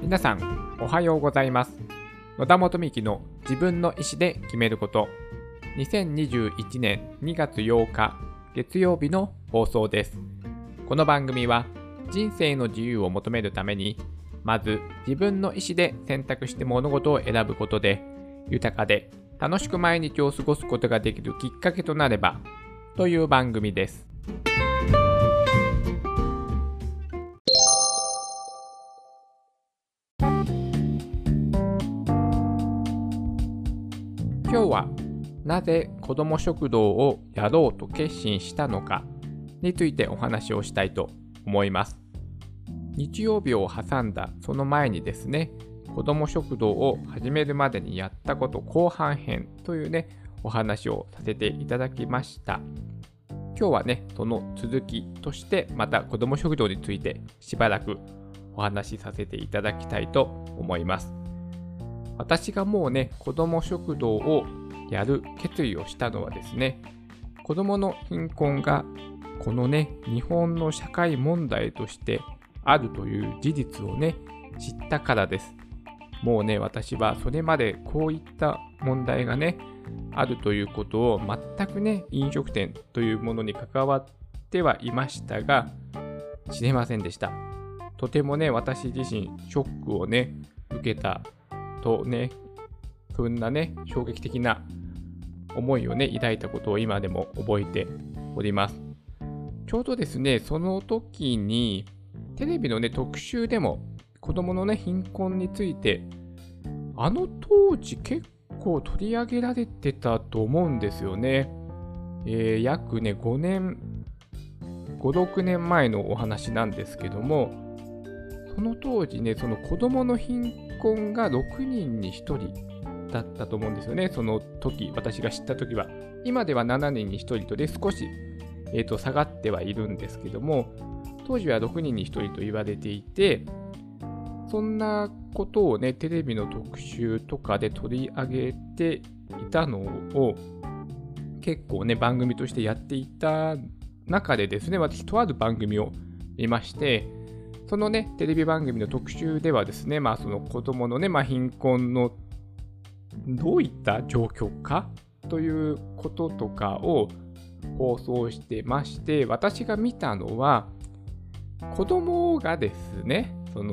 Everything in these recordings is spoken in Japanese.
皆さんおはようございます。野田元幹の自分の意思で決めること、2021年2月8日月曜日の放送です。この番組は人生の自由を求めるために、まず自分の意思で選択して物事を選ぶことで、豊かで楽しく毎日を過ごすことができるきっかけとなればという番組です。今日はなぜ子ども食堂をやろうと決心したのかについてお話をしたいと思います。日曜日を挟んだその前にですね、子ども食堂を始めるまでにやったこと後半編というね、お話をさせていただきました。今日はね、その続きとしてまた子ども食堂についてしばらくお話しさせていただきたいと思います。私がもうね、子ども食堂をやる決意をしたのはですね、子どもの貧困がこのね、日本の社会問題としてあるという事実をね、知ったからです。もうね、私はそれまでこういった問題がね、あるということを全くね、飲食店というものに関わってはいましたが、知れませんでした。とてもね、私自身ショックをね、受けたとね、そんなね、衝撃的な思いをね、抱いたことを今でも覚えております。ちょうどですね、その時にテレビのね、特集でも子どものね、貧困についてあの当時結構取り上げられてたと思うんですよね。約ね、5、6年前のお話なんですけども、その当時ね、その子どもの貧困が6人に1人だったと思うんですよね。その時、私が知った時は。今では7人に1人とで少し、下がってはいるんですけども、当時は6人に1人と言われていて、そんなことをね、テレビの特集とかで取り上げていたのを結構ね、番組としてやっていた中でですね、私とある番組を見まして、そのね、テレビ番組の特集ではですね、その子供のね、貧困のどういった状況かということとかを放送してまして、私が見たのは、子供がですね、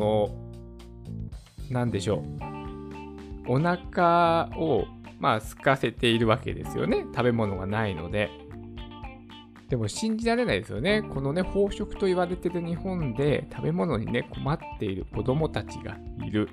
なんでしょう、お腹を空かせているわけですよね。食べ物がないので。でも信じられないですよね。このね、飽食と言われている日本で食べ物にね、困っている子供たちがいる。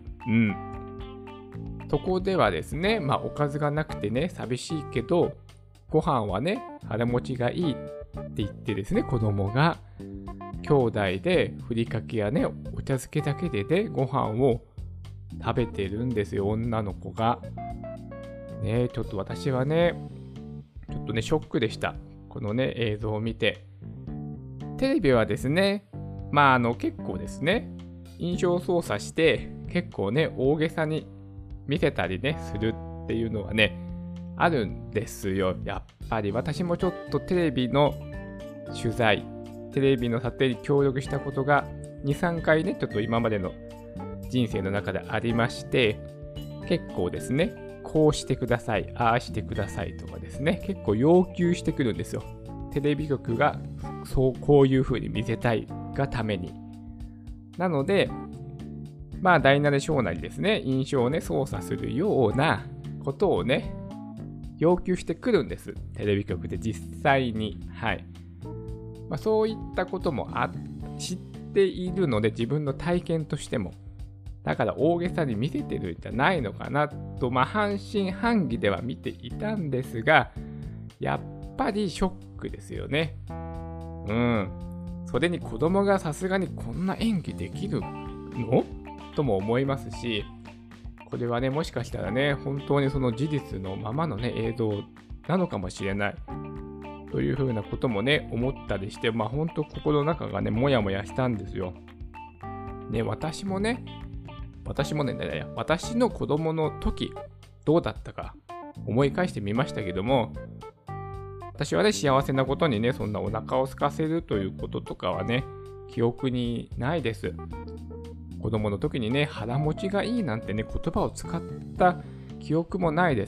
そこではですね、おかずがなくてね、寂しいけど、ご飯はね、腹持ちがいいって言ってですね、子供が兄弟でふりかけやね、お茶漬けだけでね、ご飯を食べてるんですよ、女の子が。ね、ちょっと私はね、ちょっとね、ショックでした。このね、映像を見て。テレビはですね、結構ですね、印象操作して、結構ね、大げさに見せたりね、するっていうのはね、あるんですよ。やっぱり私もちょっとテレビの取材、テレビの撮影に協力したことが2、3回ね、ちょっと今までの人生の中でありまして、結構ですね、こうしてください、ああしてくださいとかですね、結構要求してくるんですよ。テレビ局がこういう風に見せたいがために。なので、大なり小なりですね、印象をね、操作するようなことをね、要求してくるんです。テレビ局で実際に。はい。そういったことも知っているので、自分の体験としても。だから大げさに見せてるんじゃないのかなと、半信半疑では見ていたんですが、やっぱりショックですよね。それに子供がさすがにこんな演技できるのとも思いますし、これはね、もしかしたらね、本当にその事実のままのね、映像なのかもしれない。というふうなこともね、思ったりして、本当心の中がね、もやもやしたんですよ。ね、私の子供の時、どうだったか思い返してみましたけども、私はね、幸せなことにね、そんなお腹を空かせるということとかはね、記憶にないです。 子供の時にね、腹持ちがいいなんてね、言葉を使った記憶もないです。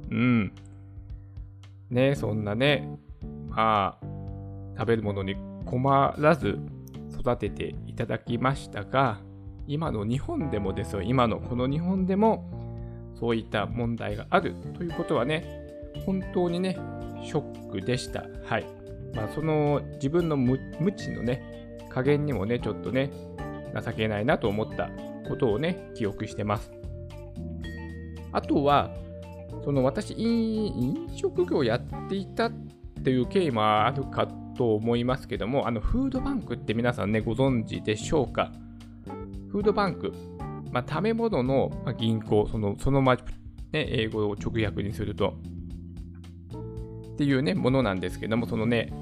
ね、そんなね、食べるものに困らず育てていただきましたが、今の日本でもですよ、今のこの日本でもそういった問題があるということはね、本当にね、ショックでした。はい。その自分の無知のね、加減にもね、ちょっとね、情けないなと思ったことをね、記憶してます。あとは、私、飲食業をやっていたっていう経緯もあるかと思いますけども、フードバンクって皆さんね、ご存知でしょうか。フードバンク、食べ物の銀行、そのまま、ね、英語を直訳にすると、っていうね、ものなんですけども、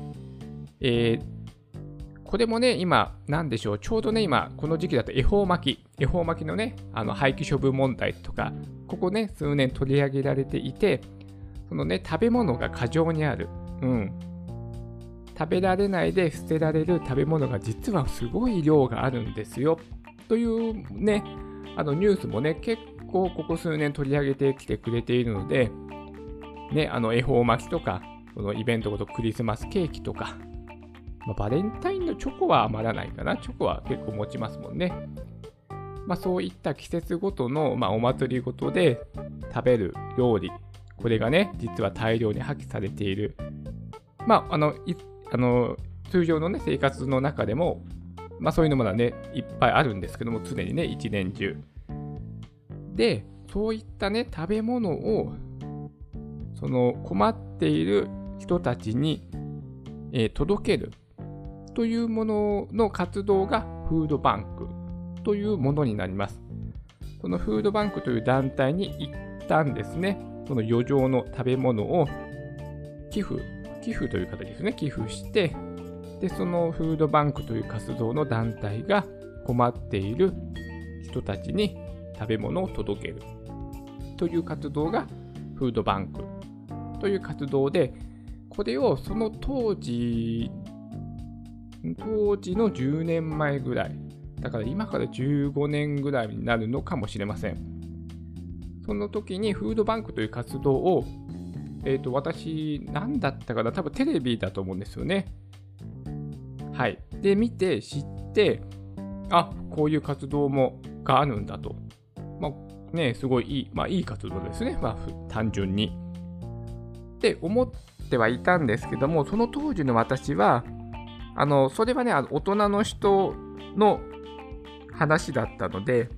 これもね、今、なんでしょう、ちょうどね、今、この時期だと恵方巻きのね、廃棄処分問題とか、ここね、数年取り上げられていて、そのね、食べ物が過剰にある。食べられないで捨てられる食べ物が実はすごい量があるんですよ。というね、ニュースもね、結構ここ数年取り上げてきてくれているので、ね、恵方巻きとか、そのイベントごとクリスマスケーキとか、バレンタインのチョコは余らないかな。チョコは結構持ちますもんね。そういった季節ごとの、お祭りごとで食べる料理、これがね、実は大量に破棄されている。通常のね、生活の中でも、そういうのもね、いっぱいあるんですけども、常にね、一年中。で、そういったね、食べ物を、困っている人たちに、届けるというものの活動がフードバンクというものになります。そのフードバンクという団体に一旦ですね、その余剰の食べ物を寄付という形ですね、寄付して、で、そのフードバンクという活動の団体が困っている人たちに食べ物を届けるという活動がフードバンクという活動で、これをその当時の10年前ぐらい、だから今から15年ぐらいになるのかもしれません。その時にフードバンクという活動を、私、何だったかな、多分テレビだと思うんですよね。はい。で、見て、知って、こういう活動があるんだと。すごいいい、いい活動ですね。単純に。って思ってはいたんですけども、その当時の私は、それはね、大人の人の話だったので、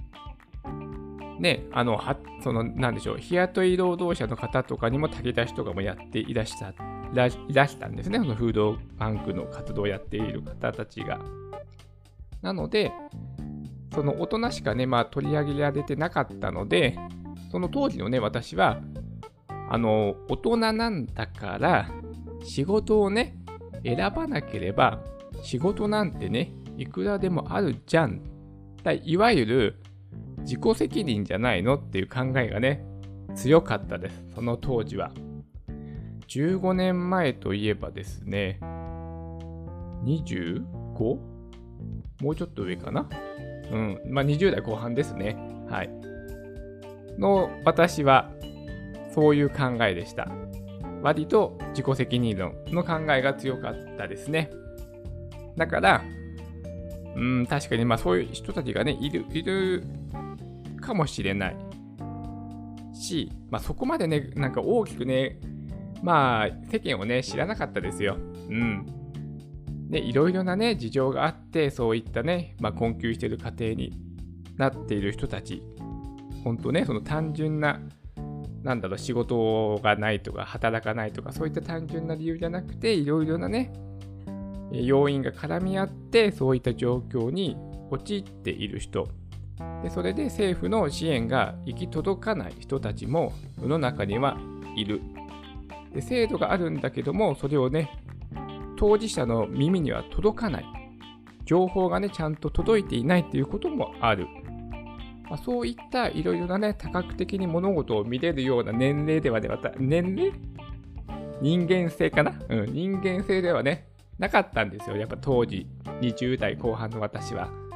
ね、なんでしょう、日雇い労働者の方とかにも炊き出しとかもやっていらしたんですね、そのフードバンクの活動をやっている方たちが。なので、その大人しかね、取り上げられてなかったので、その当時のね、私は、大人なんだから、仕事をね、選ばなければ、仕事なんてね、いくらでもあるじゃん。いわゆる、自己責任じゃないのっていう考えがね、強かったです。その当時は。15年前といえばですね、25? もうちょっと上かな20代後半ですね。はい。の私は、そういう考えでした。割と自己責任論の考えが強かったですね。だから、確かにそういう人たちがね、いるかもしれないし、そこまでね、なんか大きくね、世間をね、知らなかったですよ。で、いろいろなね、事情があって、そういったね、困窮している家庭になっている人たち、本当ね、その単純な、仕事がないとか、働かないとか、そういった単純な理由じゃなくて、いろいろなね、要因が絡み合って、そういった状況に陥っている人、でそれで政府の支援が行き届かない人たちも世の中にはいる。で制度があるんだけども、それをね、当事者の耳には届かない。情報がね、ちゃんと届いていないということもある。そういったいろいろなね、多角的に物事を見れるような年齢ではね、年齢人間性かな人間性ではね、なかったんですよ。やっぱ当時、20代後半の私は。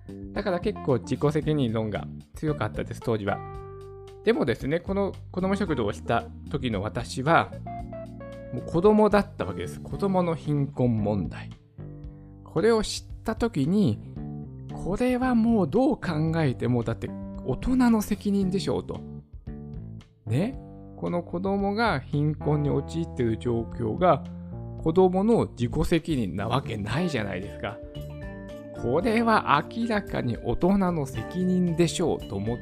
だから結構自己責任論が強かったです、当時は。でもですね、この子ども食堂をした時の私は、もう子供だったわけです。子供の貧困問題。これを知った時に、これはもうどう考えても、だって大人の責任でしょうと。ね、この子供が貧困に陥っている状況が子供の自己責任なわけないじゃないですか。これは明らかに大人の責任でしょうと思って、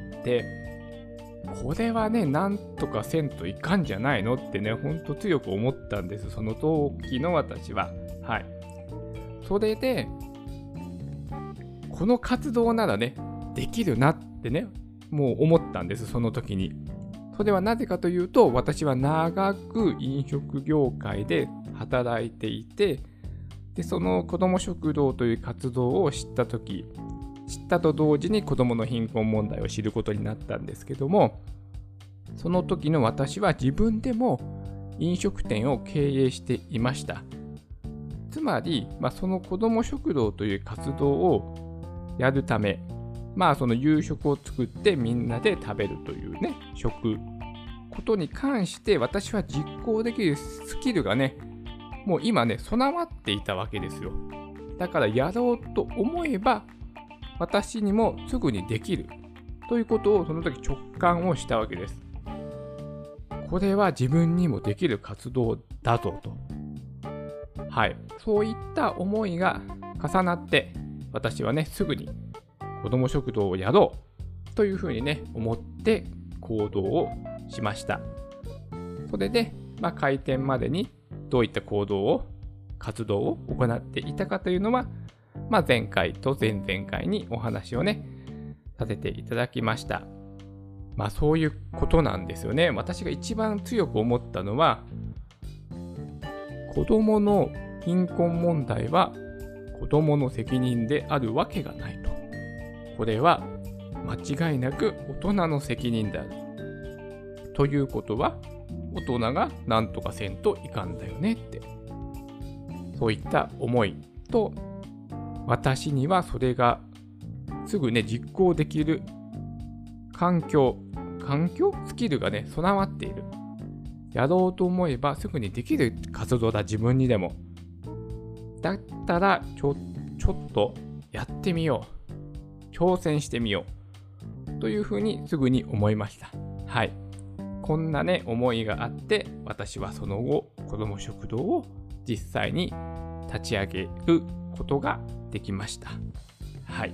これはね、なんとかせんといかんじゃないのってね、ほんと強く思ったんです、その時の私は。はい。それで、この活動ならね、できるなってね、もう思ったんです、その時に。それはなぜかというと、私は長く飲食業界で働いていて、でその子ども食堂という活動を知ったと同時に子どもの貧困問題を知ることになったんですけども、その時の私は自分でも飲食店を経営していました。つまり、その子ども食堂という活動をやるため、その夕食を作ってみんなで食べるというね、ことに関して私は実行できるスキルがね、もう今ね、備わっていたわけですよ。だからやろうと思えば、私にもすぐにできるということをその時直感をしたわけです。これは自分にもできる活動だぞと。はい。そういった思いが重なって、私はね、すぐに子ども食堂をやろうというふうにね、思って行動をしました。それで、開店までにどういった活動を行っていたかというのは、前回と前々回にお話をね、させていただきました。そういうことなんですよね。私が一番強く思ったのは、子どもの貧困問題は子どもの責任であるわけがないと。これは間違いなく大人の責任である。ということは、大人が何とかせんといかんだよねって。そういった思いと、私にはそれがすぐね、実行できる環境、スキルがね、備わっている。やろうと思えばすぐにできる活動だ、自分にでも。だったらちょっとやってみよう。挑戦してみよう。というふうにすぐに思いました。はい。こんなね、思いがあって、私はその後、子ども食堂を実際に立ち上げることができました。はい。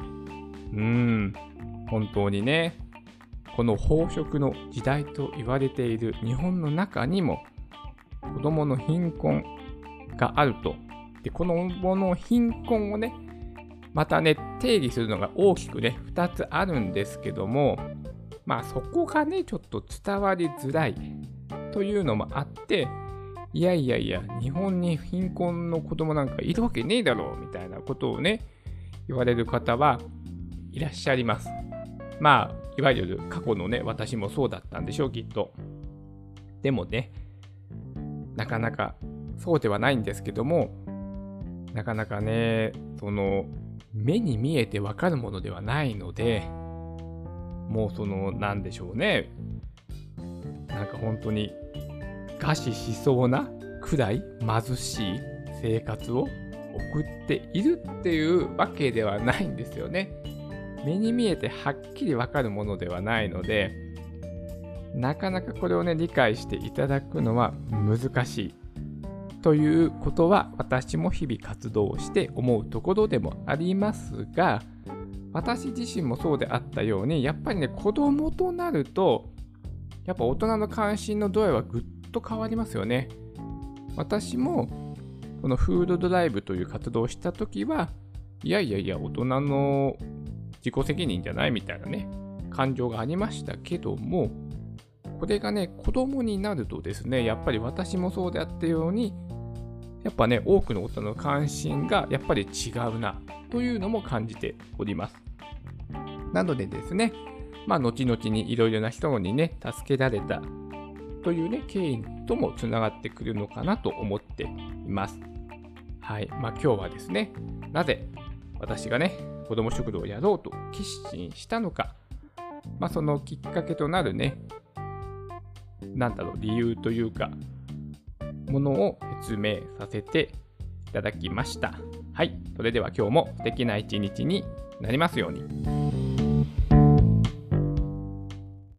本当にね、この飽食の時代と言われている日本の中にも、子どもの貧困があると。で、この貧困をね、またね、定義するのが大きくね、2つあるんですけども、そこがね、ちょっと伝わりづらいというのもあって、いや、日本に貧困の子供なんかいるわけねえだろうみたいなことをね、言われる方はいらっしゃいます。いわゆる過去のね、私もそうだったんでしょう、きっと。でもね、なかなかそうではないんですけども、なかなかね、目に見えてわかるものではないので、もうなんでしょうね。なんか本当に餓死しそうなくらい貧しい生活を送っているっていうわけではないんですよね。目に見えてはっきりわかるものではないので、なかなかこれをね、理解していただくのは難しいということは、私も日々活動をして思うところでもありますが、私自身もそうであったように、やっぱりね、子供となると、やっぱ大人の関心の度合いはぐっと変わりますよね。私も、このフードドライブという活動をしたときは、いや、大人の自己責任じゃないみたいなね、感情がありましたけども、これがね、子供になるとですね、やっぱり私もそうであったように、やっぱね、多くの大人の関心がやっぱり違うな、というのも感じております。なのでですね、後々にいろいろな人にね、助けられたというね、経緯ともつながってくるのかなと思っています。はい。今日はですね、なぜ私がね、子ども食堂をやろうと決心したのか、そのきっかけとなるね、理由というか、ものを説明させていただきました。はい、それでは今日も素敵な一日になりますように。